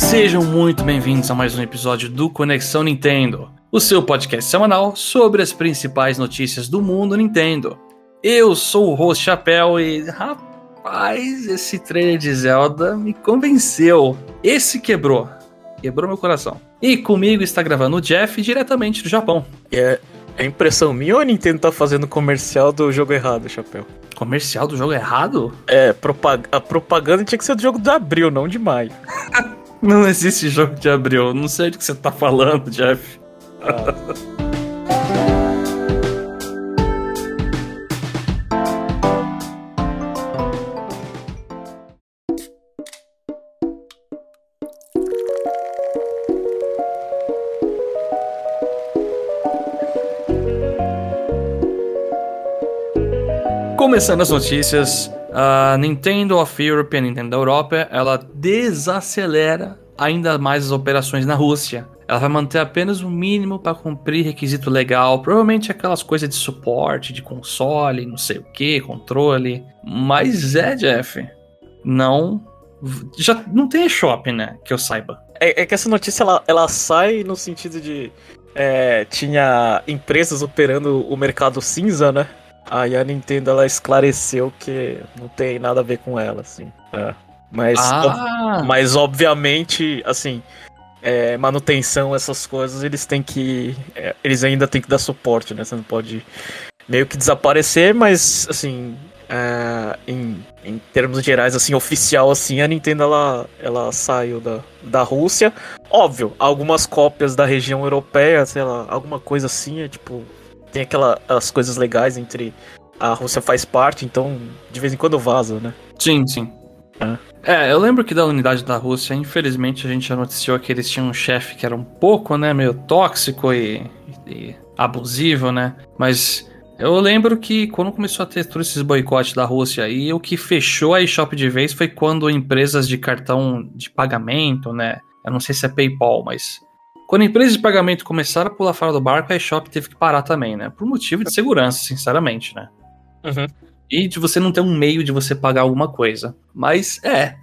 Sejam muito bem-vindos a mais um episódio do Conexão Nintendo, o seu podcast semanal sobre as principais notícias do mundo Nintendo. Eu sou o host Chapéu e, rapaz, esse trailer de Zelda me convenceu. Esse quebrou meu coração. E comigo está gravando o Jeff diretamente do Japão. É impressão minha ou a Nintendo tá fazendo comercial do jogo errado, Chapéu? Comercial do jogo errado? A propaganda tinha que ser do jogo de abril, não de maio. Não existe jogo de abril, não sei do que você tá falando, Jeff. Começando as notícias, a Nintendo of Europe e a Nintendo da Europa, ela desacelera ainda mais as operações na Rússia. Ela vai manter apenas o mínimo para cumprir requisito legal, provavelmente aquelas coisas de suporte, de console, não sei o que, controle. Mas Jeff, já não tem eShop, né, que eu saiba. É que essa notícia, ela sai no sentido de... tinha empresas operando o mercado cinza, né? Aí a Nintendo, ela esclareceu que não tem nada a ver com ela, assim. Mas obviamente, assim, manutenção, essas coisas, eles ainda têm que dar suporte, né? Você não pode meio que desaparecer, mas, assim, em termos gerais, assim, oficial, assim, a Nintendo, ela saiu da Rússia. Óbvio, algumas cópias da região europeia, sei lá, alguma coisa assim, tipo... Tem as coisas legais entre... A Rússia faz parte, então de vez em quando vaza, né? Sim. Eu lembro que da unidade da Rússia, infelizmente, a gente já noticiou que eles tinham um chefe que era um pouco, né, meio tóxico e abusivo, né? Mas eu lembro que quando começou a ter todos esses boicotes da Rússia aí, o que fechou a eShop de vez foi quando empresas de cartão de pagamento, né? Eu não sei se é PayPal, mas... Quando empresas de pagamento começaram a pular fora do barco, a eShop teve que parar também, né? Por motivo de segurança, sinceramente, né? Uhum. E de você não ter um meio de você pagar alguma coisa. Mas,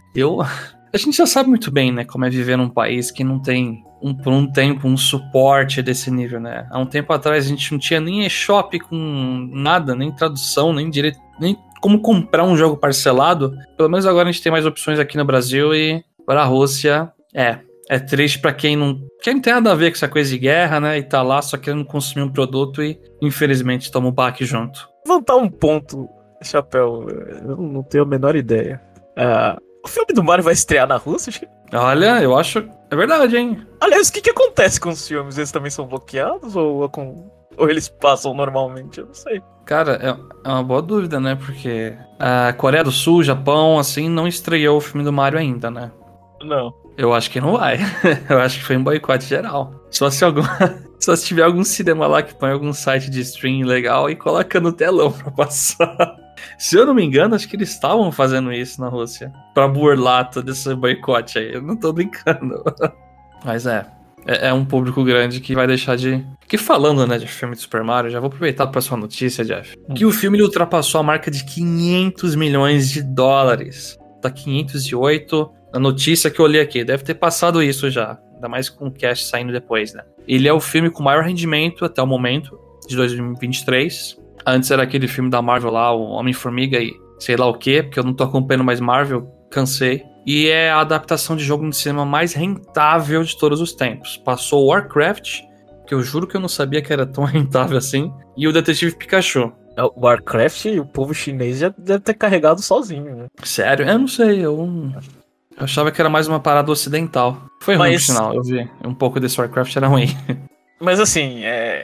a gente já sabe muito bem, né? Como é viver num país que não tem, por um tempo, um suporte desse nível, né? Há um tempo atrás a gente não tinha nem eShop com nada, nem tradução, nem direito, nem como comprar um jogo parcelado. Pelo menos agora a gente tem mais opções aqui no Brasil e para a Rússia, É triste pra quem não tem nada a ver com essa coisa de guerra, né? E tá lá só querendo consumir um produto e, infelizmente, toma um baque junto. Levantar um ponto, Chapéu, eu não tenho a menor ideia. O filme do Mario vai estrear na Rússia? Olha, eu acho... É verdade, hein? Aliás, o que acontece com os filmes? Eles também são bloqueados ou eles passam normalmente? Eu não sei. Cara, é uma boa dúvida, né? Porque a Coreia do Sul, Japão, assim, não estreou o filme do Mario ainda, né? Não. Eu acho que não vai. Eu acho que foi um boicote geral. Só se tiver algum cinema lá que põe algum site de stream legal e coloca no telão pra passar. Se eu não me engano, acho que eles estavam fazendo isso na Rússia. Pra burlar todo esse boicote aí. Eu não tô brincando. Mas é um público grande que vai deixar de... Que falando, né, de filme de Super Mario, já vou aproveitar pra sua notícia, Jeff. Que o filme ultrapassou a marca de 500 milhões de dólares. Tá 508... A notícia que eu li aqui, deve ter passado isso já, ainda mais com o cast saindo depois, né? Ele é o filme com maior rendimento até o momento, de 2023. Antes era aquele filme da Marvel lá, o Homem-Formiga e sei lá o quê, porque eu não tô acompanhando mais Marvel, cansei. E é a adaptação de jogo no cinema mais rentável de todos os tempos. Passou o Warcraft, que eu juro que eu não sabia que era tão rentável assim, e o Detetive Pikachu. O Warcraft, o povo chinês já deve ter carregado sozinho, né? Sério? Eu não sei, eu achava que era mais uma parada ocidental. Foi ruim no final, eu vi. Um pouco desse Warcraft era ruim. Mas assim,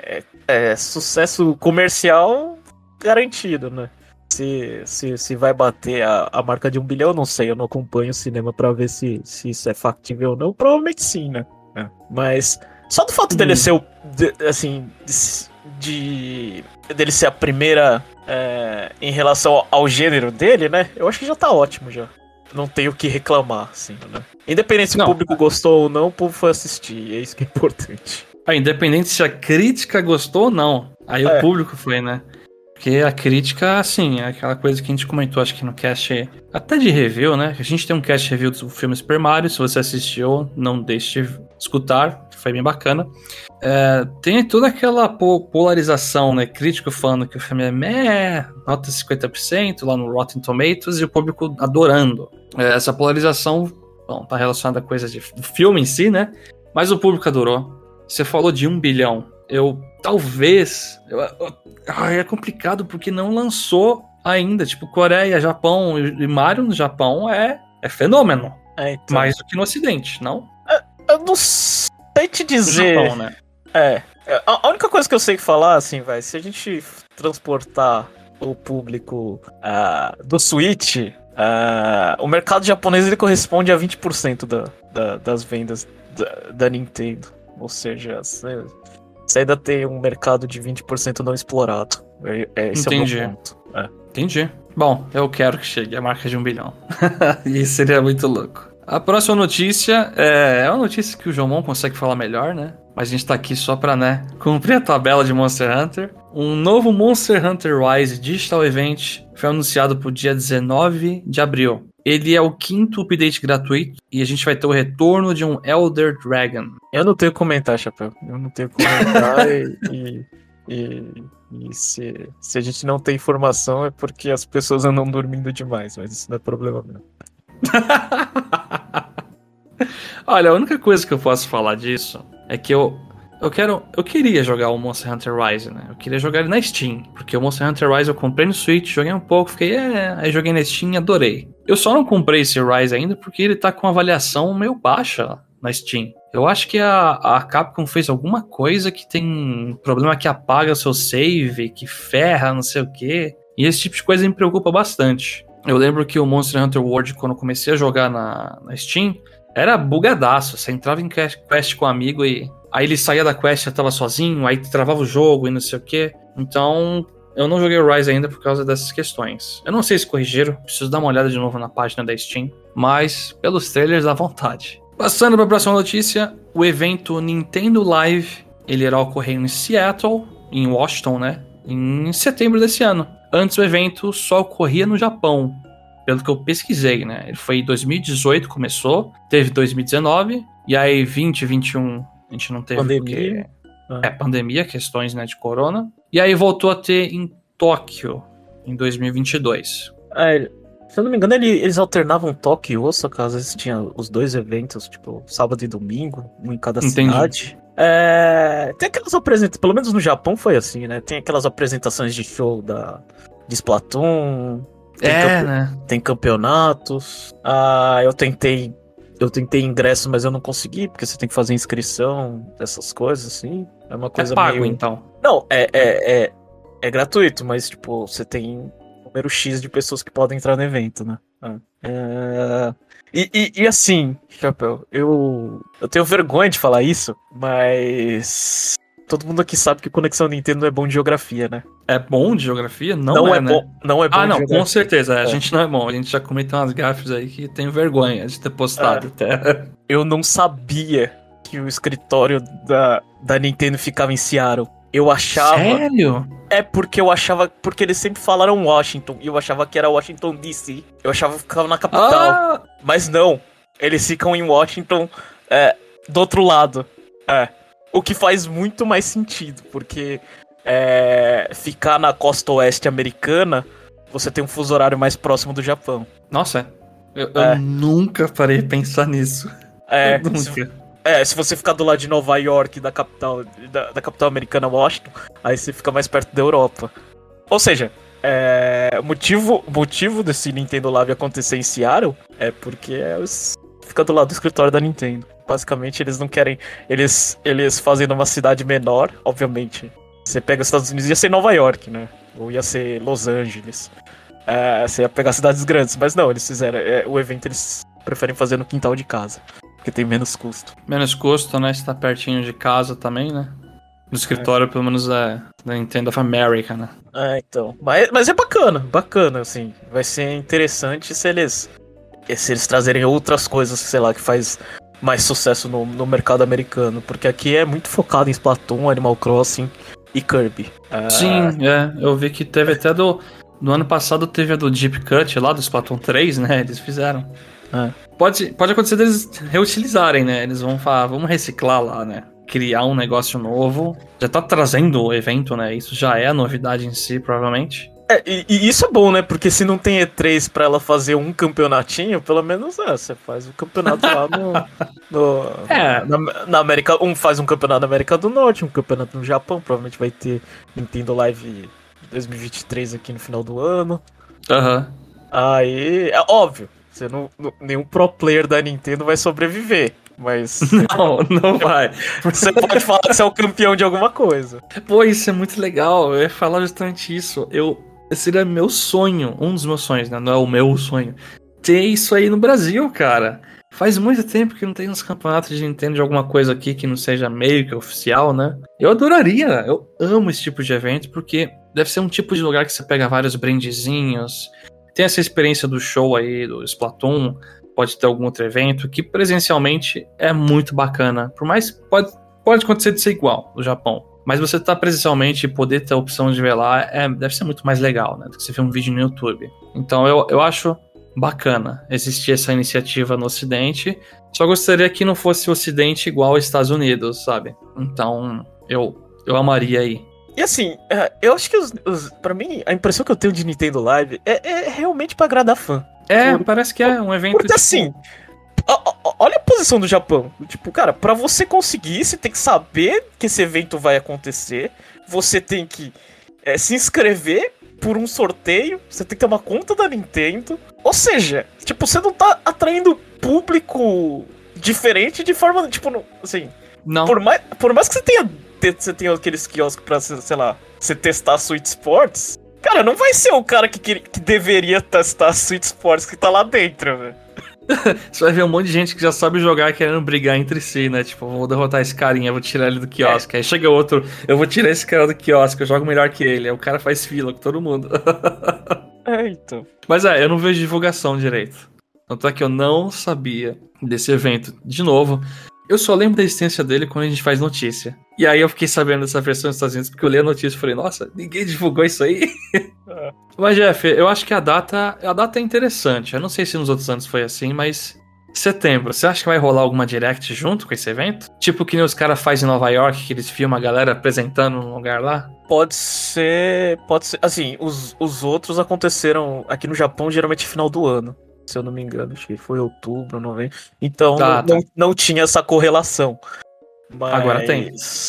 sucesso comercial garantido, né? Se vai bater a marca de 1 bilhão, eu não sei. Eu não acompanho o cinema pra ver se isso é factível ou não. Provavelmente sim, né? Mas só do fato dele ser dele ser a primeira em relação ao gênero dele, né? Eu acho que já tá ótimo já. Não tenho o que reclamar, assim, né? Independente se o público gostou ou não, o povo foi assistir, é isso que é importante. Independente se a crítica gostou ou não, aí o público foi, né? Porque a crítica, assim, é aquela coisa que a gente comentou, acho que no cast, até de review, né? A gente tem um cast review do filme Super Mario, se você assistiu, não deixe de escutar, foi bem bacana. Tem toda aquela polarização, né? Crítico falando que o filme é meh, nota 50% lá no Rotten Tomatoes, e o público adorando. Essa polarização, bom, tá relacionada a coisas do filme em si, né? Mas o público adorou. Você falou de 1 bilhão. É complicado porque não lançou ainda. Tipo, Coreia, Japão e Mario no Japão é fenômeno. Então. Mais do que no Ocidente, não? Eu não sei te dizer. No Japão, né? A única coisa que eu sei falar, assim, se a gente transportar o público do Switch, o mercado japonês ele corresponde a 20% das vendas da Nintendo. Ou seja, você ainda tem um mercado de 20% não explorado. Esse Entendi. É o meu ponto. Entendi. Bom, eu quero que chegue a marca de 1 bilhão. E seria muito louco. A próxima notícia é uma notícia que o Jomon consegue falar melhor, né? Mas a gente tá aqui só pra, né, cumprir a tabela de Monster Hunter. Um novo Monster Hunter Rise Digital Event foi anunciado pro dia 19 de abril. Ele é o 5º update gratuito e a gente vai ter o retorno de um Elder Dragon. Eu não tenho que comentar, Chapéu. Eu não tenho que comentar e se a gente não tem informação é porque as pessoas andam dormindo demais, mas isso não é problema meu. Olha, a única coisa que eu posso falar disso é que eu queria jogar o Monster Hunter Rise, né? Eu queria jogar ele na Steam, porque o Monster Hunter Rise eu comprei no Switch, joguei um pouco, fiquei, aí joguei na Steam e adorei. Eu só não comprei esse Rise ainda porque ele tá com avaliação meio baixa na Steam. Eu acho que a Capcom fez alguma coisa que tem um problema que apaga o seu save, que ferra, não sei o quê. E esse tipo de coisa me preocupa bastante. Eu lembro que o Monster Hunter World, quando eu comecei a jogar na Steam, era bugadaço. Você entrava em quest com um amigo e aí ele saía da quest e tava sozinho, aí travava o jogo e não sei o quê. Então, eu não joguei o Rise ainda por causa dessas questões. Eu não sei se corrigiram, preciso dar uma olhada de novo na página da Steam, mas pelos trailers à vontade. Passando para a próxima notícia, o evento Nintendo Live, ele irá ocorrer em Seattle, em Washington, né? Em setembro desse ano. Antes o evento só ocorria no Japão, pelo que eu pesquisei, né? Ele foi em 2018, começou, teve 2019, e aí 20, 21, a gente não teve pandemia. Pandemia, questões, né, de corona. E aí voltou a ter em Tóquio, em 2022. Se eu não me engano, eles alternavam Tóquio e Osaka, às vezes tinha os dois eventos, tipo, sábado e domingo, um em cada cidade. Tem aquelas apresentações, pelo menos no Japão foi assim, né? Tem aquelas apresentações de show de Splatoon. Né? Tem campeonatos. Eu tentei ingresso, mas eu não consegui, porque você tem que fazer inscrição, essas coisas, assim. É uma coisa pago, meio... então. Não, é gratuito, mas, tipo, você tem número X de pessoas que podem entrar no evento, né? E assim, Chapéu, eu tenho vergonha de falar isso, mas todo mundo aqui sabe que Conexão Nintendo não é bom de geografia, né? É bom de geografia? Não é, né? Não é bom de geografia. Com certeza. A gente não é bom. A gente já comentou umas gafes aí que tenho vergonha de ter postado até. Eu não sabia que o escritório da Nintendo ficava em Seattle. Eu achava... Sério? Porque eles sempre falaram Washington, e eu achava que era Washington DC. Eu achava que ficava na capital. Mas não, eles ficam em Washington, do outro lado. O que faz muito mais sentido, porque ficar na costa oeste americana, você tem um fuso horário mais próximo do Japão. Nossa, eu nunca parei de pensar nisso. Nunca. Se você ficar do lado de Nova York, da capital americana, Washington, aí você fica mais perto da Europa. Ou seja, o motivo desse Nintendo Live acontecer em Seattle é porque fica do lado do escritório da Nintendo. Basicamente, eles não querem... Eles fazem numa cidade menor, obviamente. Você pega os Estados Unidos, ia ser Nova York, né? Ou ia ser Los Angeles. Você ia pegar cidades grandes, mas não, eles fizeram... o evento eles preferem fazer no quintal de casa. Porque tem menos custo. Menos custo, né? Você tá pertinho de casa também, né? No escritório, pelo menos, da Nintendo of America, né? Então. Mas é bacana, assim. Vai ser interessante se eles trazerem outras coisas, sei lá, que faz mais sucesso no mercado americano. Porque aqui é muito focado em Splatoon, Animal Crossing. e Kirby. Sim, eu vi que teve até no ano passado teve a do Deep Cut lá do Splatoon 3, né? Eles fizeram. Pode acontecer deles reutilizarem, né? Eles vão falar, vamos reciclar lá, né? Criar um negócio novo. Já tá trazendo o evento, né? Isso já é a novidade em si, provavelmente. E isso é bom, né? Porque se não tem E3 pra ela fazer um campeonatinho, pelo menos você faz o campeonato lá na América. Faz um campeonato na América do Norte, um campeonato no Japão. Provavelmente vai ter Nintendo Live 2023 aqui no final do ano. Aí, é óbvio, nenhum pro player da Nintendo vai sobreviver. Mas. Não vai. Você pode falar que você é o campeão de alguma coisa. Pô, isso é muito legal. Eu ia falar justamente isso. Seria meu sonho, um dos meus sonhos, né? Não é o meu sonho. Ter isso aí no Brasil, cara. Faz muito tempo que não tem uns campeonatos de Nintendo de alguma coisa aqui que não seja meio que oficial, né? Eu adoraria. Eu amo esse tipo de evento porque deve ser um tipo de lugar que você pega vários brindezinhos. Tem essa experiência do show aí, do Splatoon. Pode ter algum outro evento que presencialmente é muito bacana. Por mais pode acontecer de ser igual no Japão. Mas você tá presencialmente e poder ter a opção de ver lá deve ser muito mais legal, né? Do que você ver um vídeo no YouTube. Então eu acho bacana existir essa iniciativa no Ocidente. Só gostaria que não fosse o Ocidente igual aos Estados Unidos, sabe? Então eu amaria aí. E assim, eu acho que pra mim, a impressão que eu tenho de Nintendo Live é realmente pra agradar fã. Parece que é um evento... Porque assim, olha a posição do Japão. Tipo, cara, pra você conseguir, você tem que saber que esse evento vai acontecer. Você tem que se inscrever por um sorteio. Você tem que ter uma conta da Nintendo. Ou seja, tipo, você não tá atraindo público diferente de forma, tipo, assim... Não. Por mais que você tenha aqueles quiosques pra, sei lá, você testar a Switch Sports... Cara, não vai ser o cara que deveria testar a Switch Sports que tá lá dentro, velho. Você vai ver um monte de gente que já sabe jogar querendo brigar entre si, né? Tipo, vou derrotar esse carinha, vou tirar ele do quiosque. Aí chega outro, eu vou tirar esse cara do quiosque, eu jogo melhor que ele. Aí o cara faz fila com todo mundo. Então. Mas eu não vejo divulgação direito. Tanto é que eu não sabia desse evento. De novo, eu só lembro da existência dele quando a gente faz notícia. E aí eu fiquei sabendo dessa versão dos Estados Unidos porque eu li a notícia e falei, nossa, ninguém divulgou isso aí? Mas, Jeff, eu acho que a data é interessante. Eu não sei se nos outros anos foi assim, mas... Setembro, você acha que vai rolar alguma direct junto com esse evento? Tipo que nem os caras fazem em Nova York, que eles filmam a galera apresentando num lugar lá? Pode ser... Assim, os outros aconteceram aqui no Japão geralmente no final do ano. Se eu não me engano, acho que foi outubro, novembro. Então não tinha essa correlação. Mas... Agora tem.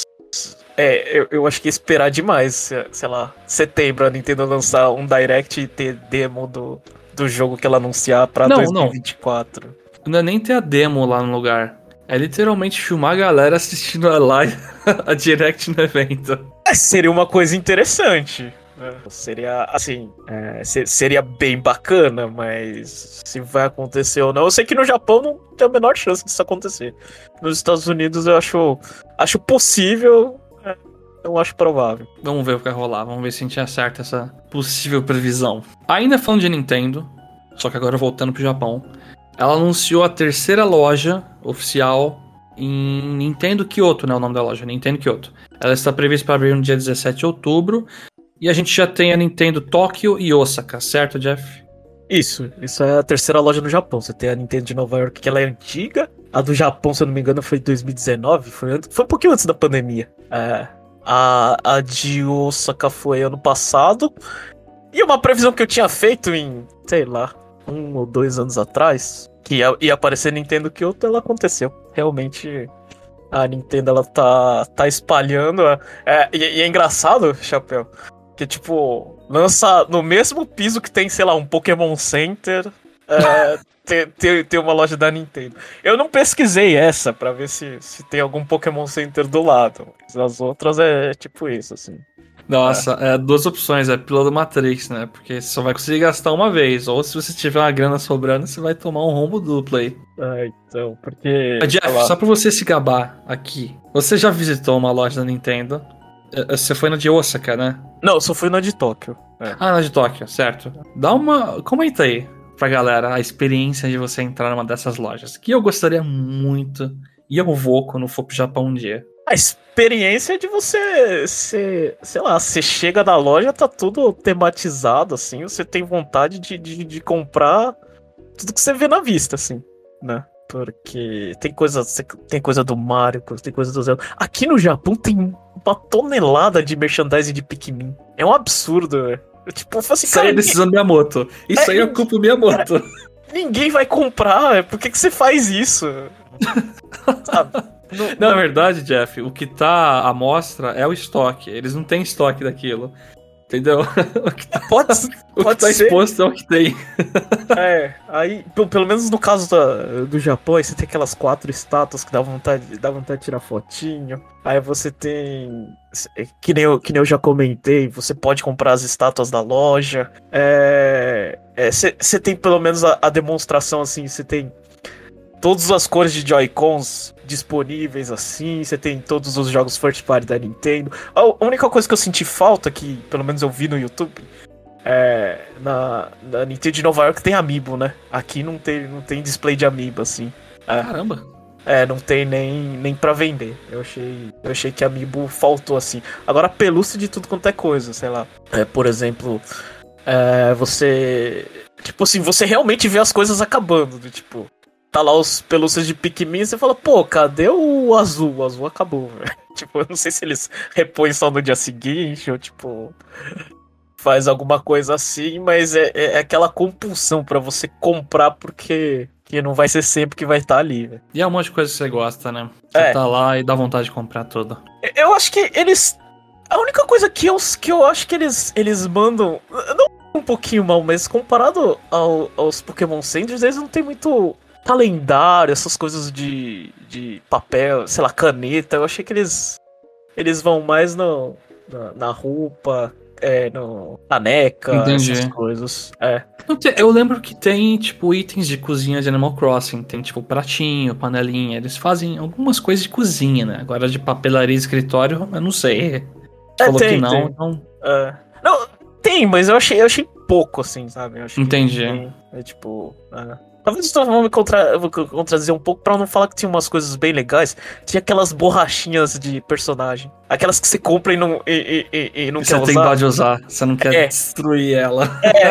Eu acho que ia esperar demais, sei lá, setembro a Nintendo lançar um Direct e ter demo do jogo que ela anunciar pra 2024. Não é nem ter a demo lá no lugar. É literalmente filmar a galera assistindo a live, a Direct no evento. Seria uma coisa interessante. Seria, assim, seria bem bacana, mas se vai acontecer ou não... Eu sei que no Japão não tem a menor chance disso acontecer. Nos Estados Unidos eu acho possível, não acho provável. Vamos ver o que vai rolar, vamos ver se a gente acerta essa possível previsão. Ainda falando de Nintendo, só que agora voltando pro Japão, ela anunciou a terceira loja oficial em Nintendo Kyoto, né? O nome da loja, Nintendo Kyoto. Ela está prevista para abrir no dia 17 de outubro. E a gente já tem a Nintendo Tóquio e Osaka, certo, Jeff? Isso é a terceira loja no Japão. Você tem a Nintendo de Nova York, que ela é antiga. A do Japão, se eu não me engano, foi em 2019. Foi um pouquinho antes da pandemia. A de Osaka foi ano passado. E uma previsão que eu tinha feito em, sei lá, 1 ou 2 anos atrás, que ia aparecer Nintendo Kyoto, ela aconteceu. Realmente, a Nintendo, ela tá espalhando. E é engraçado, Chapéu, que, tipo, lança no mesmo piso que tem, sei lá, um Pokémon Center, tem uma loja da Nintendo. Eu não pesquisei essa pra ver se tem algum Pokémon Center do lado. Mas as outras é tipo isso, assim. Nossa, duas opções, pílula do Matrix, né? Porque você só vai conseguir gastar uma vez. Ou se você tiver uma grana sobrando, você vai tomar um rombo duplo aí. Então, porque... Jeff, só pra você se gabar aqui. Você já visitou uma loja da Nintendo? Você foi na de Osaka, né? Não, eu só fui na de Tóquio. Na de Tóquio, certo. Comenta aí pra galera a experiência de você entrar numa dessas lojas. Que eu gostaria muito. E eu vou quando for pro Japão um dia. A experiência de você, sei lá, você chega na loja, tá tudo tematizado, assim, você tem vontade de comprar tudo que você vê na vista, assim, né? Porque tem coisa do Mario, tem coisa do Zelda. Aqui no Japão tem uma tonelada de merchandising de Pikmin. É um absurdo, velho. Tipo, eu falo assim, Isso aí é decisão Miyamoto. Isso aí é culpa Miyamoto. Ninguém vai comprar, por que você faz isso? Sabe? Na verdade, Jeff, o que tá à mostra é o estoque. Eles não têm estoque daquilo. Entendeu? Pode O que tá ser. exposto é o que tem. Aí, pelo menos no caso do Japão, aí você tem aquelas 4 estátuas que dá vontade de tirar fotinho. Aí você tem. Que nem eu já comentei, você pode comprar as estátuas da loja. Você tem pelo menos a demonstração assim, você tem todas as cores de Joy-Cons disponíveis assim, você tem todos os jogos first party da Nintendo. A única coisa que eu senti falta, que pelo menos eu vi no YouTube, na Nintendo de Nova York tem Amiibo, né? Aqui não tem display de Amiibo, assim. Caramba. Não tem nem pra vender. Eu achei que Amiibo faltou, assim. Agora, pelúcia de tudo quanto é coisa, sei lá. Por exemplo, você... Tipo assim, você realmente vê as coisas acabando, do tipo... Tá lá os pelúcias de Pikmin e você fala, pô, cadê o azul? O azul acabou, velho. Tipo, eu não sei se eles repõem só no dia seguinte, ou tipo... Faz alguma coisa assim, mas é aquela compulsão pra você comprar porque não vai ser sempre que vai estar ali, velho. E é um monte de coisa que você gosta, né? Você tá lá e dá vontade de comprar tudo. Eu acho que eles... A única coisa que eu acho que eles mandam... Não um pouquinho mal, mas comparado aos Pokémon Centers, eles não tem muito... calendário, essas coisas de papel, sei lá, caneta. Eu achei que eles vão mais na roupa, no caneca, Entendi. essas coisas. Eu lembro que tem, tipo, itens de cozinha de Animal Crossing. Tem, tipo, pratinho, panelinha. Eles fazem algumas coisas de cozinha, né? Agora de papelaria e escritório, eu não sei. Falou tem, que não, tem. então... Não, tem, mas eu achei pouco, assim, sabe? Eu achei Entendi. tipo... Talvez eu vou me contradizer um pouco pra não falar que tinha umas coisas bem legais. Tinha aquelas borrachinhas de personagem. Aquelas que você compra e não quer usar. Você tem dó de usar, você não quer destruir ela.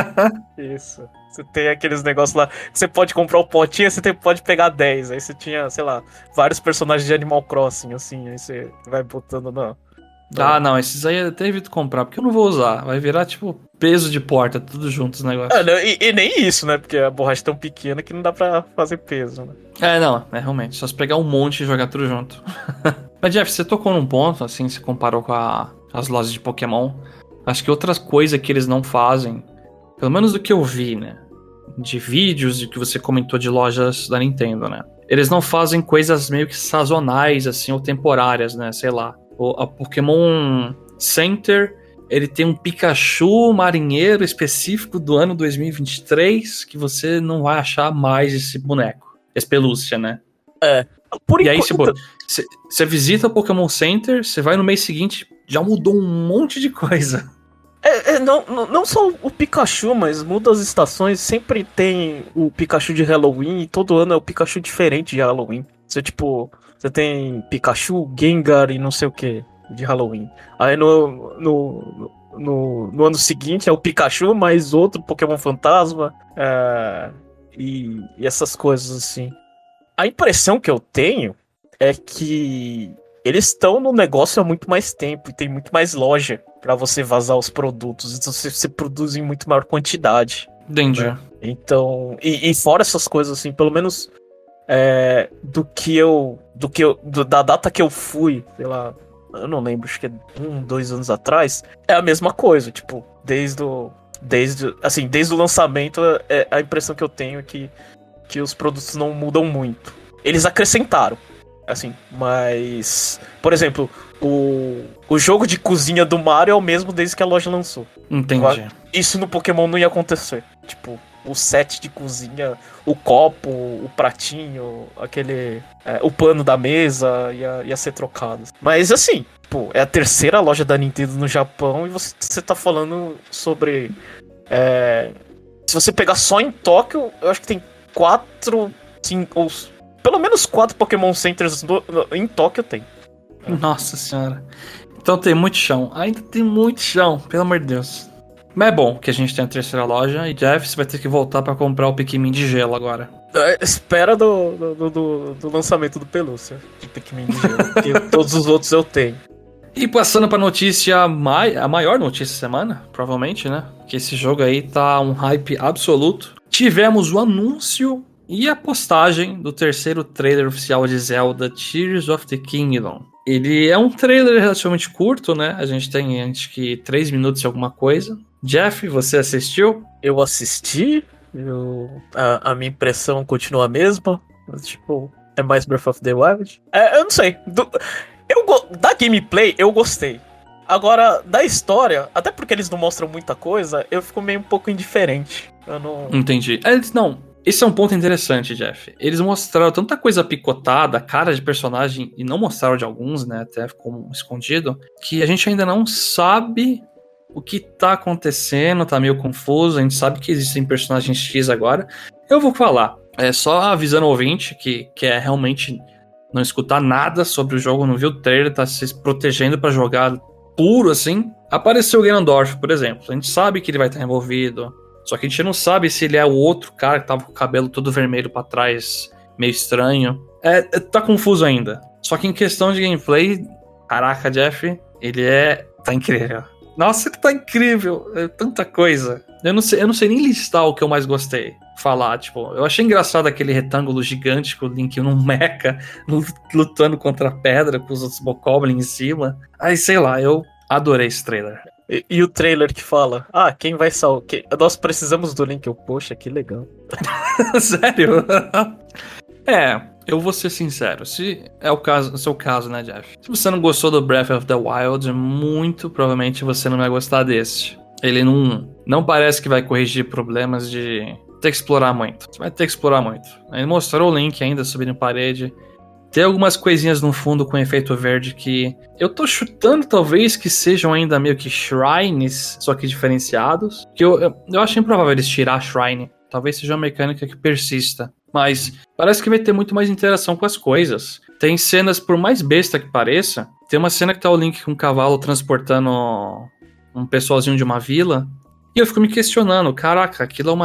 Isso. Você tem aqueles negócios lá que você pode comprar o potinho, você pode pegar 10. Aí você tinha, sei lá, vários personagens de Animal Crossing, assim. Aí você vai botando Não, esses aí eu até evito comprar, porque eu não vou usar. Vai virar, tipo, peso de porta, tudo junto os negócios. E nem isso, né? Porque a borracha é tão pequena que não dá pra fazer peso, né? Realmente. Só se pegar um monte e jogar tudo junto. Mas, Jeff, você tocou num ponto, assim, se comparou com as lojas de Pokémon. Acho que outra coisa que eles não fazem, pelo menos do que eu vi, né? De vídeos e que você comentou de lojas da Nintendo, né? Eles não fazem coisas meio que sazonais, assim, ou temporárias, né? Sei lá. A Pokémon Center, ele tem um Pikachu marinheiro específico do ano 2023 que você não vai achar mais esse boneco. Esse pelúcia, né? Por e aí, enquanto... você visita o Pokémon Center, você vai no mês seguinte, já mudou um monte de coisa. Não só o Pikachu, mas muda as estações. Sempre tem o Pikachu de Halloween e todo ano é o Pikachu diferente de Halloween. Você tem Pikachu, Gengar e não sei o que de Halloween. Aí no ano seguinte é o Pikachu, mais outro Pokémon Fantasma. E essas coisas assim. A impressão que eu tenho é que eles estão no negócio há muito mais tempo e tem muito mais loja pra você vazar os produtos. Então você produz em muito maior quantidade. Entendi. Né? Então, e fora essas coisas assim, pelo menos da data que eu fui, sei lá, eu não lembro, acho que é 2 anos atrás, é a mesma coisa, tipo, desde o lançamento, a impressão que eu tenho é que os produtos não mudam muito. Eles acrescentaram, assim, mas, por exemplo, o jogo de cozinha do Mario é o mesmo desde que a loja lançou. Entendi. Isso no Pokémon não ia acontecer, tipo... O set de cozinha, o copo, o pratinho, o pano da mesa ia ser trocado. Mas assim, pô, é a terceira loja da Nintendo no Japão e você tá falando sobre... se você pegar só em Tóquio, eu acho que tem 4, 5, ou pelo menos 4 Pokémon Centers em Tóquio tem. Nossa senhora. Então tem muito chão. Ainda tem muito chão, pelo amor de Deus. Mas é bom que a gente tem a terceira loja. E Jeff, você vai ter que voltar pra comprar o Pikmin de gelo agora. Espera do lançamento do Pelúcia de Pikmin de gelo. Porque todos os outros eu tenho. E passando pra notícia, a maior notícia da semana, provavelmente, né? Que esse jogo aí tá um hype absoluto. Tivemos o anúncio e a postagem do terceiro trailer oficial de Zelda Tears of the Kingdom. Ele é um trailer relativamente curto, né? A gente tem, acho que 3 minutos e alguma coisa. Jeff, você assistiu? Eu assisti, a minha impressão continua a mesma. Mas, tipo, é mais Breath of the Wild. Eu não sei. Da gameplay, eu gostei. Agora, da história, até porque eles não mostram muita coisa, eu fico meio um pouco indiferente. Eu não... Entendi. Não, esse é um ponto interessante, Jeff. Eles mostraram tanta coisa picotada, cara de personagem, e não mostraram de alguns, né? Até ficou escondido, que a gente ainda não sabe o que tá acontecendo, tá meio confuso. A gente sabe que existem personagens X agora. Eu vou falar, só avisando o ouvinte que quer realmente não escutar nada sobre o jogo, não viu o trailer, tá se protegendo pra jogar puro assim. Apareceu o Ganondorf, por exemplo. A gente sabe que ele vai estar envolvido. Só que a gente não sabe se ele é o outro cara que tava com o cabelo todo vermelho pra trás, meio estranho. Tá confuso ainda. Só que em questão de gameplay, caraca, Jeff, ele tá incrível. Nossa, ele tá incrível. É tanta coisa. Eu não sei nem listar o que eu mais gostei. Falar, tipo, eu achei engraçado aquele retângulo gigante com o Link num mecha, lutando contra a pedra com os outros Bokoblin em cima. Aí, sei lá, eu adorei esse trailer. E o trailer que fala, quem vai salvar? Nós precisamos do Link. Poxa, que legal. Sério? Eu vou ser sincero. Se é o seu caso, né, Jeff? Se você não gostou do Breath of the Wild, muito provavelmente você não vai gostar desse. Ele não parece que vai corrigir problemas de ter que explorar muito. Você vai ter que explorar muito. Ele mostrou o Link ainda subindo parede. Tem algumas coisinhas no fundo com efeito verde que eu tô chutando talvez que sejam ainda meio que shrines, só que diferenciados. Que eu acho improvável eles tirar a shrine. Talvez seja uma mecânica que persista. Mas parece que vai ter muito mais interação com as coisas. Tem cenas, por mais besta que pareça, tem uma cena que tá o Link com um cavalo transportando um pessoalzinho de uma vila. E eu fico me questionando, caraca, aquilo é uma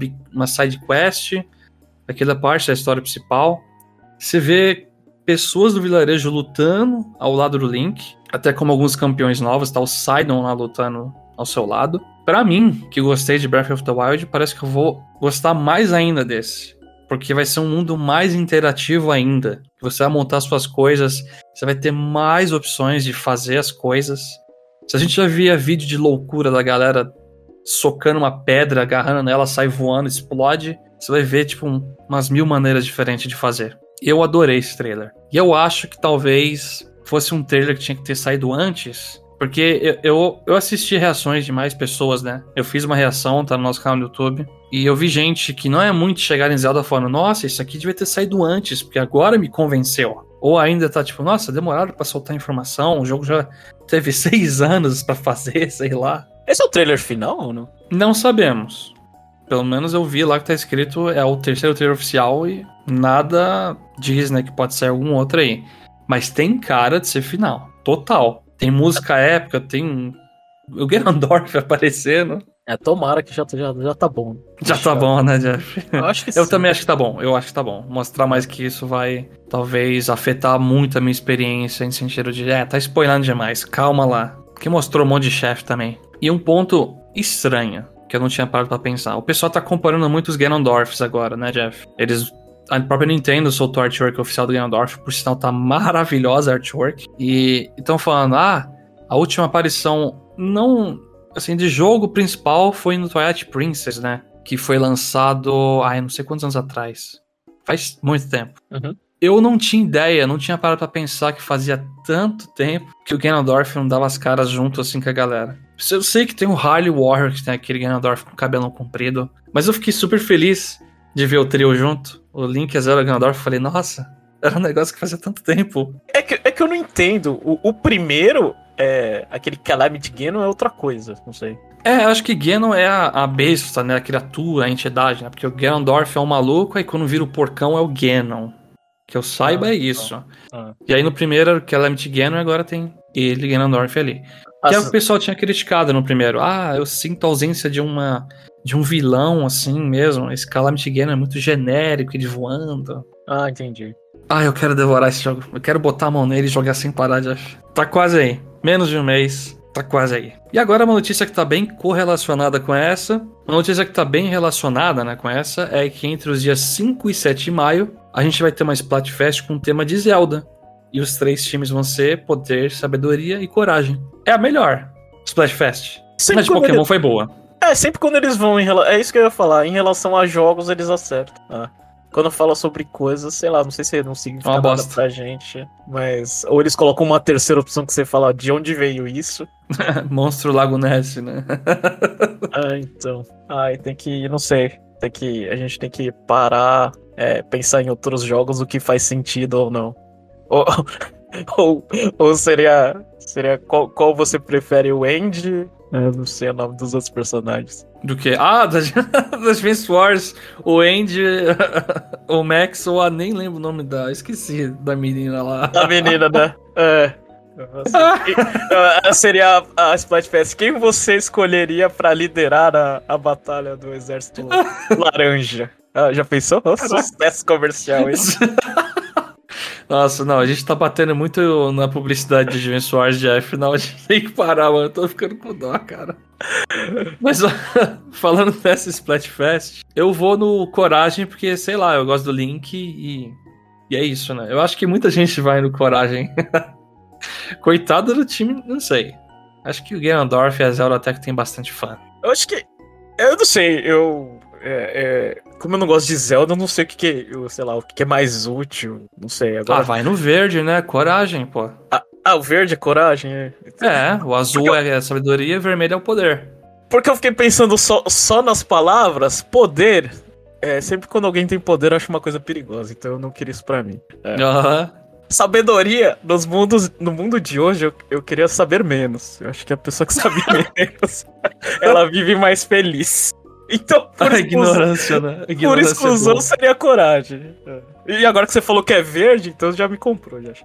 side quest, aquilo é parte da história principal. Você vê pessoas do vilarejo lutando ao lado do Link, até como alguns campeões novos, tá o Sidon lá lutando ao seu lado. Pra mim, que gostei de Breath of the Wild, parece que eu vou gostar mais ainda desse. Porque vai ser um mundo mais interativo ainda. Você vai montar suas coisas, você vai ter mais opções de fazer as coisas. Se a gente já via vídeo de loucura da galera socando uma pedra, agarrando nela, sai voando, explode, você vai ver, tipo, umas 1000 maneiras diferentes de fazer. Eu adorei esse trailer. E eu acho que talvez fosse um trailer que tinha que ter saído antes, porque eu assisti reações de mais pessoas, né? Eu fiz uma reação, tá no nosso canal no YouTube, e eu vi gente que não é muito chegar em Zelda falando, nossa, isso aqui devia ter saído antes, porque agora me convenceu. Ou ainda tá tipo, nossa, demoraram pra soltar informação, o jogo já teve 6 anos pra fazer, sei lá. Esse é o trailer final ou não? Não sabemos. Pelo menos eu vi lá que tá escrito, é o terceiro trailer oficial e nada diz, né, que pode ser algum outro aí. Mas tem cara de ser final, total. Tem música épica, tem o Ganondorf aparecendo. Tomara que já tá bom. Já tá bom, né, Jeff? Eu acho que Eu sim. também acho que tá bom, eu acho que tá bom. Mostrar mais que isso vai, talvez, afetar muito a minha experiência, em sentido de, tá spoilando demais, calma lá. Que mostrou um monte de chefe também. E um ponto estranho, que eu não tinha parado pra pensar. O pessoal tá comparando muito os Ganondorfs agora, né, Jeff? A própria Nintendo soltou o artwork oficial do Ganondorf, por sinal tá maravilhosa a artwork. E estão falando, a última aparição, não, assim, de jogo principal foi no Twilight Princess, né? Que foi lançado, não sei quantos anos atrás. Faz muito tempo. Uhum. Eu não tinha ideia, não tinha parado pra pensar que fazia tanto tempo que o Ganondorf não dava as caras junto assim com a galera. Eu sei que tem o Harley Warrior, que tem aquele Ganondorf com cabelo comprido, mas eu fiquei super feliz de ver o trio junto. O Link e a Zelda Ganondorf, eu falei, nossa, era um negócio que fazia tanto tempo. É que eu não entendo. O primeiro, aquele Calamity Ganon é outra coisa, não sei. Acho que Ganon é a besta, né, a criatura, a entidade, né, porque o Ganondorf é um maluco, aí quando vira o porcão é o Ganon. Que eu saiba é isso. Ah. E aí no primeiro, que é Calamity Ganon, agora tem ele, Ganondorf ali. Que é o que o pessoal tinha criticado no primeiro. Eu sinto a ausência de um vilão, assim mesmo. Esse Calamity Ganon é muito genérico, ele voando. Entendi. Eu quero devorar esse jogo. Eu quero botar a mão nele e jogar sem parar, Jeff. Tá quase aí. Menos de um mês. Tá quase aí. E agora uma notícia que tá bem correlacionada com essa. Uma notícia que tá bem relacionada, né, com essa é que entre os dias 5 e 7 de maio a gente vai ter uma Splatfest com o tema de Zelda. E os 3 times vão ser Poder, Sabedoria e Coragem. É a melhor Splatfest. Mas de Pokémon foi boa. Sempre quando eles vão é isso que eu ia falar. Em relação a jogos, eles acertam. Quando fala sobre coisas, sei lá, não sei se não significa nada pra gente. Mas. Ou eles colocam uma terceira opção que você fala de onde veio isso. Monstro Lago Ness, né? Então. Tem que. Não sei. A gente tem que parar, pensar em outros jogos, o que faz sentido ou não. Ou seria qual você prefere, o Andy? Não sei o nome dos outros personagens. Do que? Das Advance Wars, o Andy, o Max, ou nem lembro o nome esqueci da menina lá. Da menina, né? Seria a Splatfest. Quem você escolheria pra liderar a batalha do exército laranja? Já pensou? Sucesso comercial isso. Nossa, não, a gente tá batendo muito na publicidade de Advance Wars, Jeff. Não, a gente tem que parar, mano. Eu tô ficando com dó, cara. Mas, falando dessa Splatfest, eu vou no Coragem porque, sei lá, eu gosto do Link e é isso, né? Eu acho que muita gente vai no Coragem. Coitado do time, não sei. Acho que o Ganondorf e a Zelda até que tem bastante fã. Eu acho que... Eu não sei, como eu não gosto de Zelda, eu não sei o que é mais útil, não sei. Agora... vai no verde, né? Coragem, pô. O verde é coragem? O azul é a sabedoria e o vermelho é o poder. Porque eu fiquei pensando só nas palavras, poder. Sempre quando alguém tem poder, eu acho uma coisa perigosa, então eu não queria isso pra mim. Sabedoria, no mundo de hoje, eu queria saber menos. Eu acho que a pessoa que sabe menos, ela vive mais feliz. Então, ignorância, né? Por exclusão seria coragem. E agora que você falou que é verde, então já me comprou, já.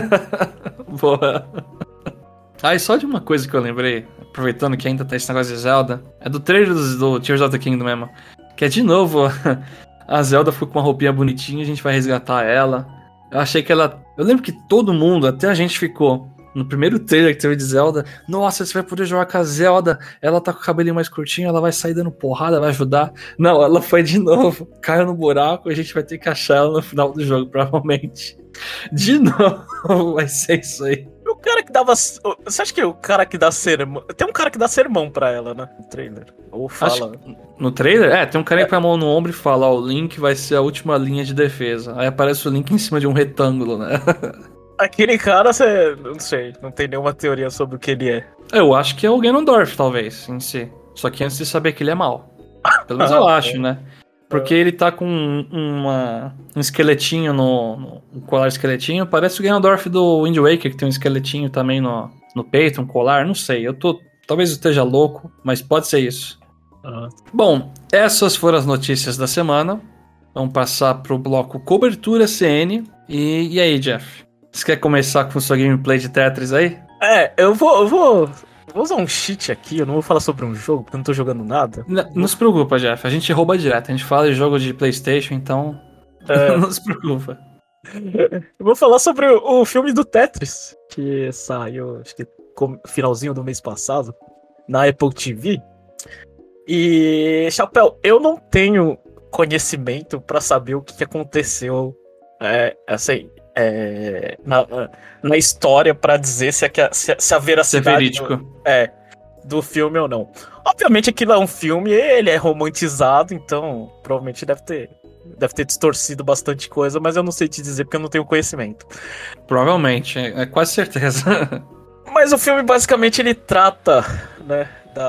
Boa. E só de uma coisa que eu lembrei, aproveitando que ainda tá esse negócio de Zelda, é do trailer do Tears of the Kingdom mesmo. Que é de novo, a Zelda ficou com uma roupinha bonitinha, a gente vai resgatar ela. Eu achei que ela... Eu lembro que todo mundo, até a gente ficou... No primeiro trailer que teve de Zelda, nossa, você vai poder jogar com a Zelda, ela tá com o cabelinho mais curtinho, ela vai sair dando porrada, vai ajudar. Não, ela foi de novo, caiu no buraco, a gente vai ter que achar ela no final do jogo, provavelmente. De novo, vai ser isso aí. O cara que dava... Você acha que o cara que dá sermão... Tem um cara que dá sermão pra ela, né, no trailer. Ou fala... No trailer? Tem um cara que põe a mão no ombro e fala, o Link vai ser a última linha de defesa. Aí aparece o Link em cima de um retângulo, né? Aquele cara, você... Não sei, não tem nenhuma teoria sobre o que ele é. Eu acho que é o Ganondorf, talvez, em si. Só que antes de saber que ele é mau. Pelo menos eu acho, né? Porque ele tá com um esqueletinho um colar esqueletinho. Parece o Ganondorf do Wind Waker, que tem um esqueletinho também no peito, um colar. Não sei, talvez eu esteja louco, mas pode ser isso. Bom, essas foram as notícias da semana. Vamos passar pro bloco Cobertura CN. E aí, Jeff? Você quer começar com sua gameplay de Tetris aí? Eu vou usar um cheat aqui, eu não vou falar sobre um jogo, porque eu não tô jogando nada. Não se preocupa, Jeff, a gente rouba direto, a gente fala de jogo de PlayStation, então não se preocupa. Eu vou falar sobre o filme do Tetris, que saiu, acho que finalzinho do mês passado, na Apple TV. E, Chapéu, eu não tenho conhecimento pra saber o que aconteceu, assim... na história pra dizer se a veracidade do filme ou não. Obviamente aquilo é um filme, ele é romantizado, então provavelmente deve ter distorcido bastante coisa, mas eu não sei te dizer porque eu não tenho conhecimento. Provavelmente, é quase certeza. Mas o filme basicamente ele trata, né,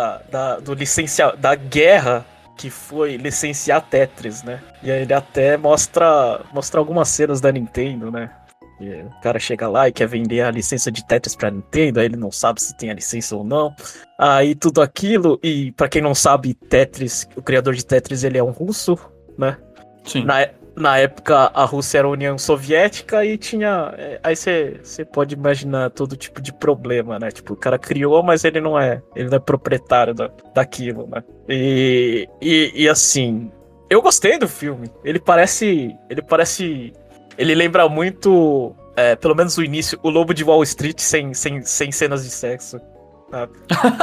da guerra que foi licenciar Tetris, né? E aí ele até mostra algumas cenas da Nintendo, né? E o cara chega lá e quer vender a licença de Tetris pra Nintendo, aí ele não sabe se tem a licença ou não. Aí tudo aquilo, e pra quem não sabe, Tetris, o criador de Tetris, ele é um russo, né? Sim. na época a Rússia era a União Soviética e tinha. Aí você pode imaginar todo tipo de problema, né? Tipo, o cara criou, mas ele não é proprietário daquilo, né? E assim, eu gostei do filme. Ele lembra muito, pelo menos o início, o Lobo de Wall Street sem cenas de sexo, sabe?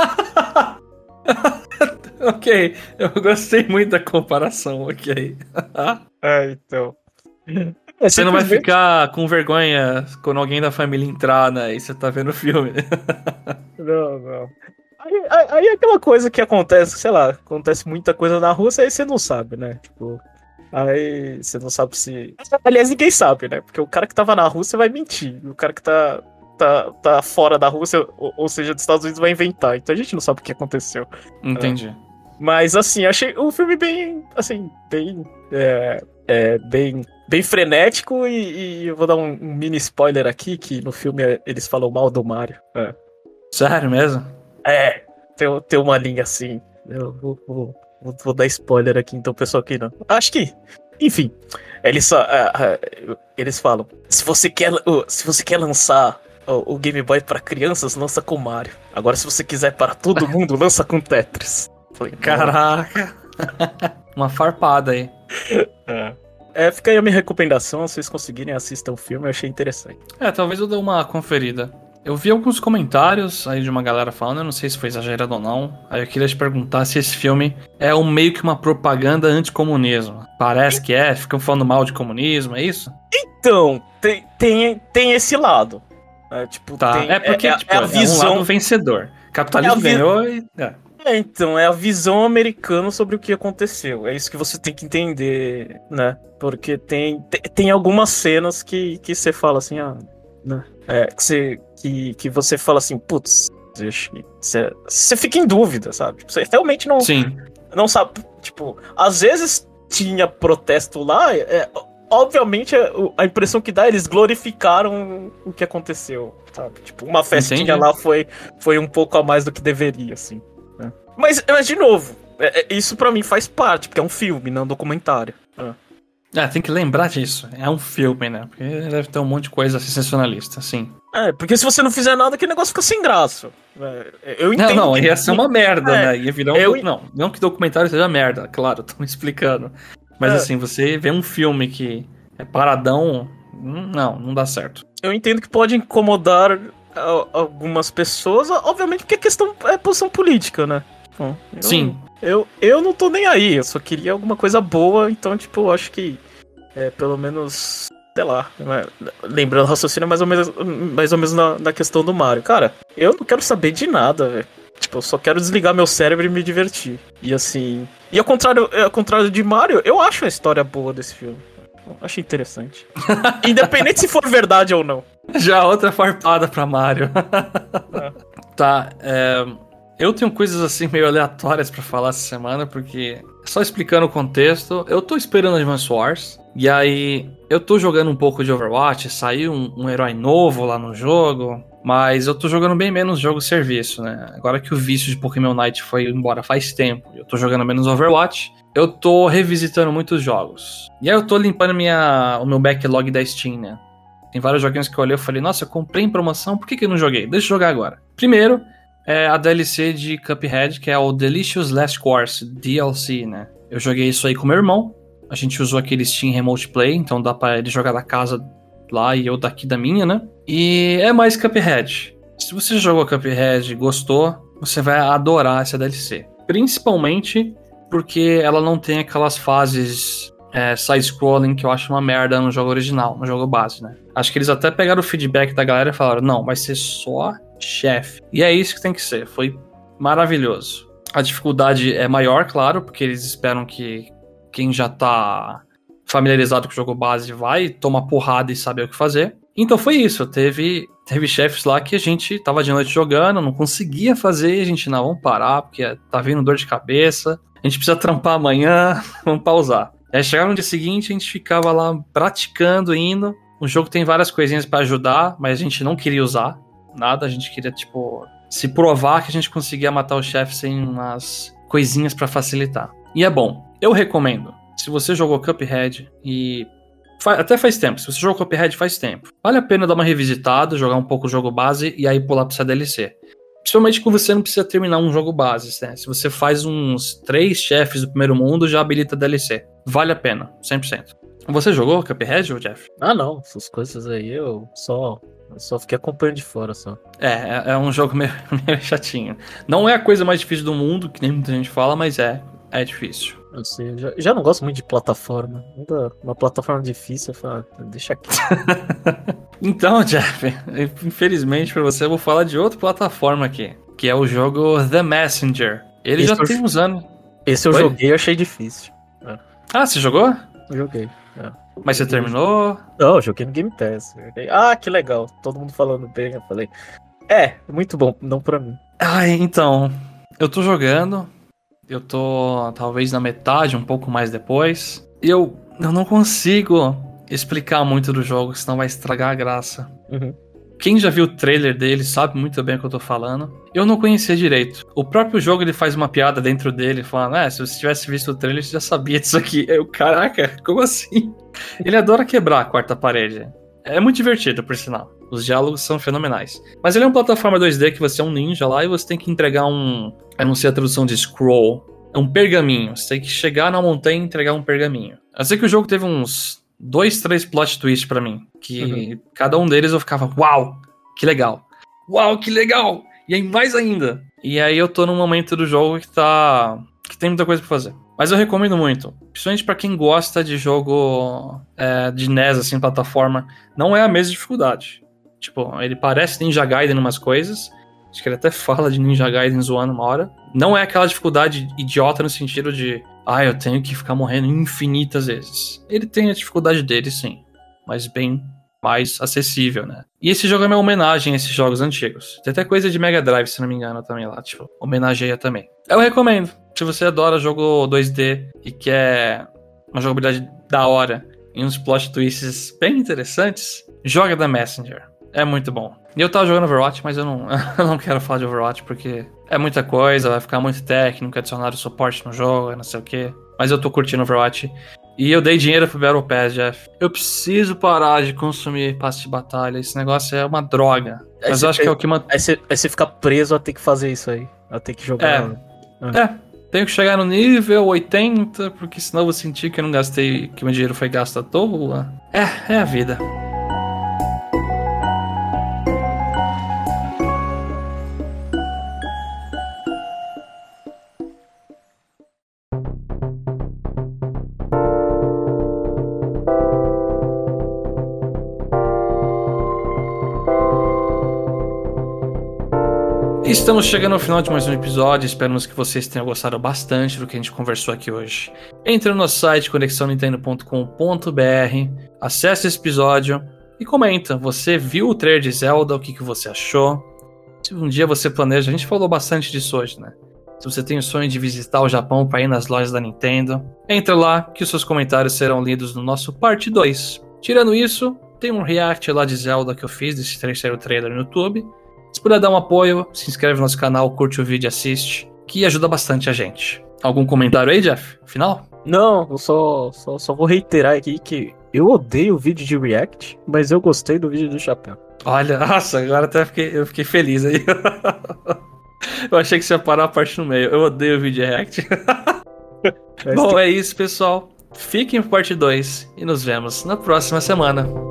Ok, eu gostei muito da comparação, ok. Então. Você não vai ficar com vergonha quando alguém da família entrar, né? E você tá vendo o filme. Não. Aí é aquela coisa que acontece, sei lá, acontece muita coisa na Rússia, aí você não sabe, né? Tipo, aí você não sabe se. Aliás, ninguém sabe, né? Porque o cara que tava na Rússia vai mentir. O cara que tá fora da Rússia, ou seja, dos Estados Unidos, vai inventar. Então a gente não sabe o que aconteceu. Entendi. Mas assim, achei o filme bem, assim, bem frenético e eu vou dar um mini spoiler aqui, que no filme eles falam mal do Mario. Sério mesmo? Tem uma linha assim. Eu vou dar spoiler aqui, então, pessoal que não. Acho que, enfim, eles falam, se você quer lançar o Game Boy para crianças, lança com Mario. Agora, se você quiser para todo mundo, lança com Tetris. Falei, caraca. Uma farpada aí. Fica aí a minha recomendação. Se vocês conseguirem, assistam o filme. Eu achei interessante. Talvez eu dê uma conferida. Eu vi alguns comentários aí de uma galera falando, eu não sei se foi exagerado ou não. Aí eu queria te perguntar se esse filme é meio que uma propaganda anticomunismo. Parece que ficam falando mal de comunismo, é isso? Então, tem esse lado. Tipo, tá. Porque é a visão... é um lado vencedor. Capitalismo ganhou e... Então, é a visão americana sobre o que aconteceu. É isso que você tem que entender, né? Porque tem algumas cenas que você fala assim, né? Que você fala assim, putz, você fica em dúvida, sabe? Você realmente não sabe. Tipo, às vezes tinha protesto lá, obviamente a impressão que dá, eles glorificaram o que aconteceu, sabe? Tipo, uma festinha lá foi um pouco a mais do que deveria, assim. Né? Mas, de novo, isso pra mim faz parte, porque é um filme, não um documentário. Tem que lembrar disso. É um filme, né? Porque deve ter um monte de coisa sensacionalista, assim. Porque se você não fizer nada, aquele negócio fica sem graça. Eu entendo. Não, ia ser uma merda, né? Ia virar Não que documentário seja merda, claro, tô me explicando. Mas assim, você vê um filme que é paradão, não dá certo. Eu entendo que pode incomodar algumas pessoas, obviamente porque a questão é posição política, né? Sim. Eu não tô nem aí, eu só queria alguma coisa boa, então, tipo, eu acho que pelo menos, sei lá, lembrando o raciocínio mais ou menos na questão do Mario. Cara, eu não quero saber de nada, velho. Tipo, eu só quero desligar meu cérebro e me divertir. E assim... E ao contrário de Mario, eu acho a história boa desse filme. Eu acho interessante. Independente se for verdade ou não. Já outra farpada pra Mario. Tá, eu tenho coisas assim meio aleatórias pra falar essa semana, porque, só explicando o contexto, eu tô esperando Advance Wars, e aí eu tô jogando um pouco de Overwatch, saiu um herói novo lá no jogo, mas eu tô jogando bem menos jogo-serviço, né? Agora que o vício de Pokémon Night foi embora faz tempo, eu tô jogando menos Overwatch, eu tô revisitando muitos jogos. E aí eu tô limpando o meu backlog da Steam, né? Tem vários joguinhos que eu olhei e falei, nossa, eu comprei em promoção, por que eu não joguei? Deixa eu jogar agora. Primeiro, a DLC de Cuphead, que é o Delicious Last Course, DLC, né? Eu joguei isso aí com meu irmão, a gente usou aquele Steam Remote Play, então dá pra ele jogar da casa lá e eu daqui da minha, né? E é mais Cuphead. Se você jogou Cuphead e gostou, você vai adorar essa DLC. Principalmente porque ela não tem aquelas fases side-scrolling que eu acho uma merda no jogo original, no jogo base, né? Acho que eles até pegaram o feedback da galera e falaram, não, vai ser só chefe. E é isso que tem que ser. Foi maravilhoso. A dificuldade é maior, claro, porque eles esperam que quem já tá familiarizado com o jogo base vai tomar porrada e saber o que fazer. Então foi isso. Teve chefes lá que a gente tava de noite jogando, não conseguia fazer, e a gente, não, vamos parar, porque tá vindo dor de cabeça, a gente precisa trampar amanhã, vamos pausar. Aí chegava no dia seguinte, a gente ficava lá praticando, indo. O jogo tem várias coisinhas pra ajudar, mas a gente não queria usar nada, a gente queria, tipo, se provar que a gente conseguia matar o chefe sem umas coisinhas pra facilitar. E é bom, eu recomendo. se você jogou Cuphead e... até faz tempo, se você jogou Cuphead faz tempo, vale a pena dar uma revisitada, jogar um pouco o jogo base e aí pular pra essa DLC. Principalmente quando você não precisa terminar um jogo base, né? Se você faz uns 3 chefes do primeiro mundo, já habilita a DLC. Vale a pena, 100%. Você jogou Cuphead, Jeff? Ah, não. Essas coisas aí eu só fiquei acompanhando de fora, só. É um jogo meio chatinho. Não é a coisa mais difícil do mundo, que nem muita gente fala, mas é difícil. Eu sei, já não gosto muito de plataforma. Uma plataforma difícil, eu falo, deixa aqui. Então, Jeff, infelizmente pra você, eu vou falar de outra plataforma aqui, que é o jogo The Messenger. Ele já tem uns anos. Esse eu joguei e achei difícil. Ah, você jogou? Eu joguei. Mas você terminou? Não, eu joguei no Game Pass. Ah, que legal. Todo mundo falando bem. Eu falei, muito bom, não pra mim. Então, eu tô jogando. Eu tô talvez na metade, um pouco mais depois. E eu não consigo explicar muito do jogo, senão vai estragar a graça. Uhum. Quem já viu o trailer dele sabe muito bem o que eu tô falando. Eu não conhecia direito. O próprio jogo ele faz uma piada dentro dele, falando, se você tivesse visto o trailer, você já sabia disso aqui. Eu, caraca, como assim? Ele adora quebrar a quarta parede. É muito divertido, por sinal. Os diálogos são fenomenais. Mas ele é uma plataforma 2D que você é um ninja lá e você tem que entregar um... Eu não sei a tradução de scroll. É um pergaminho. Você tem que chegar na montanha e entregar um pergaminho. Eu sei que o jogo teve uns 2, 3 plot twists pra mim. Que cada um deles eu ficava, uau, que legal. Uau, que legal. E aí mais ainda. E aí eu tô num momento do jogo que tem muita coisa pra fazer. Mas eu recomendo muito. Principalmente pra quem gosta de jogo de NES, assim, plataforma. Não é a mesma dificuldade. Tipo, ele parece Ninja Gaiden em umas coisas. Acho que ele até fala de Ninja Gaiden zoando uma hora. Não é aquela dificuldade idiota no sentido de... eu tenho que ficar morrendo infinitas vezes. Ele tem a dificuldade dele, sim. Mas bem mais acessível, né? E esse jogo é uma homenagem a esses jogos antigos. Tem até coisa de Mega Drive, se não me engano, também lá. Tipo, homenageia também. Eu recomendo. Se você adora jogo 2D e quer uma jogabilidade da hora e uns plot twists bem interessantes, joga The Messenger. É muito bom. E eu tava jogando Overwatch, mas eu não quero falar de Overwatch porque é muita coisa, vai ficar muito técnico, adicionar o suporte no jogo, não sei o que. Mas eu tô curtindo Overwatch. E eu dei dinheiro pro Battle Pass, Jeff. Eu preciso parar de consumir passe de batalha. Esse negócio é uma droga. Mas eu acho que é o que Aí você fica preso a ter que fazer isso aí. A ter que jogar. Tenho que chegar no nível 80, porque senão eu vou sentir que eu não gastei, que meu dinheiro foi gasto à toa. É a vida. Estamos chegando ao final de mais um episódio, esperamos que vocês tenham gostado bastante do que a gente conversou aqui hoje. Entre no nosso site conexãonintendo.com.br, acesse esse episódio e comenta, você viu o trailer de Zelda, o que você achou? Se um dia você planeja, a gente falou bastante disso hoje, né? Se você tem o sonho de visitar o Japão para ir nas lojas da Nintendo, entra lá que os seus comentários serão lidos no nosso parte 2. Tirando isso, tem um react lá de Zelda que eu fiz desse terceiro trailer no YouTube. Se puder dar um apoio, se inscreve no nosso canal, curte o vídeo e assiste, que ajuda bastante a gente. Algum comentário aí, Jeff? Final? Não, eu só vou reiterar aqui que eu odeio o vídeo de React, mas eu gostei do vídeo do Chapéu. Olha, nossa, agora até eu fiquei feliz aí. Eu achei que você ia parar a parte no meio. Eu odeio o vídeo de React. Bom, é isso, pessoal. Fiquem pro parte 2 e nos vemos na próxima semana.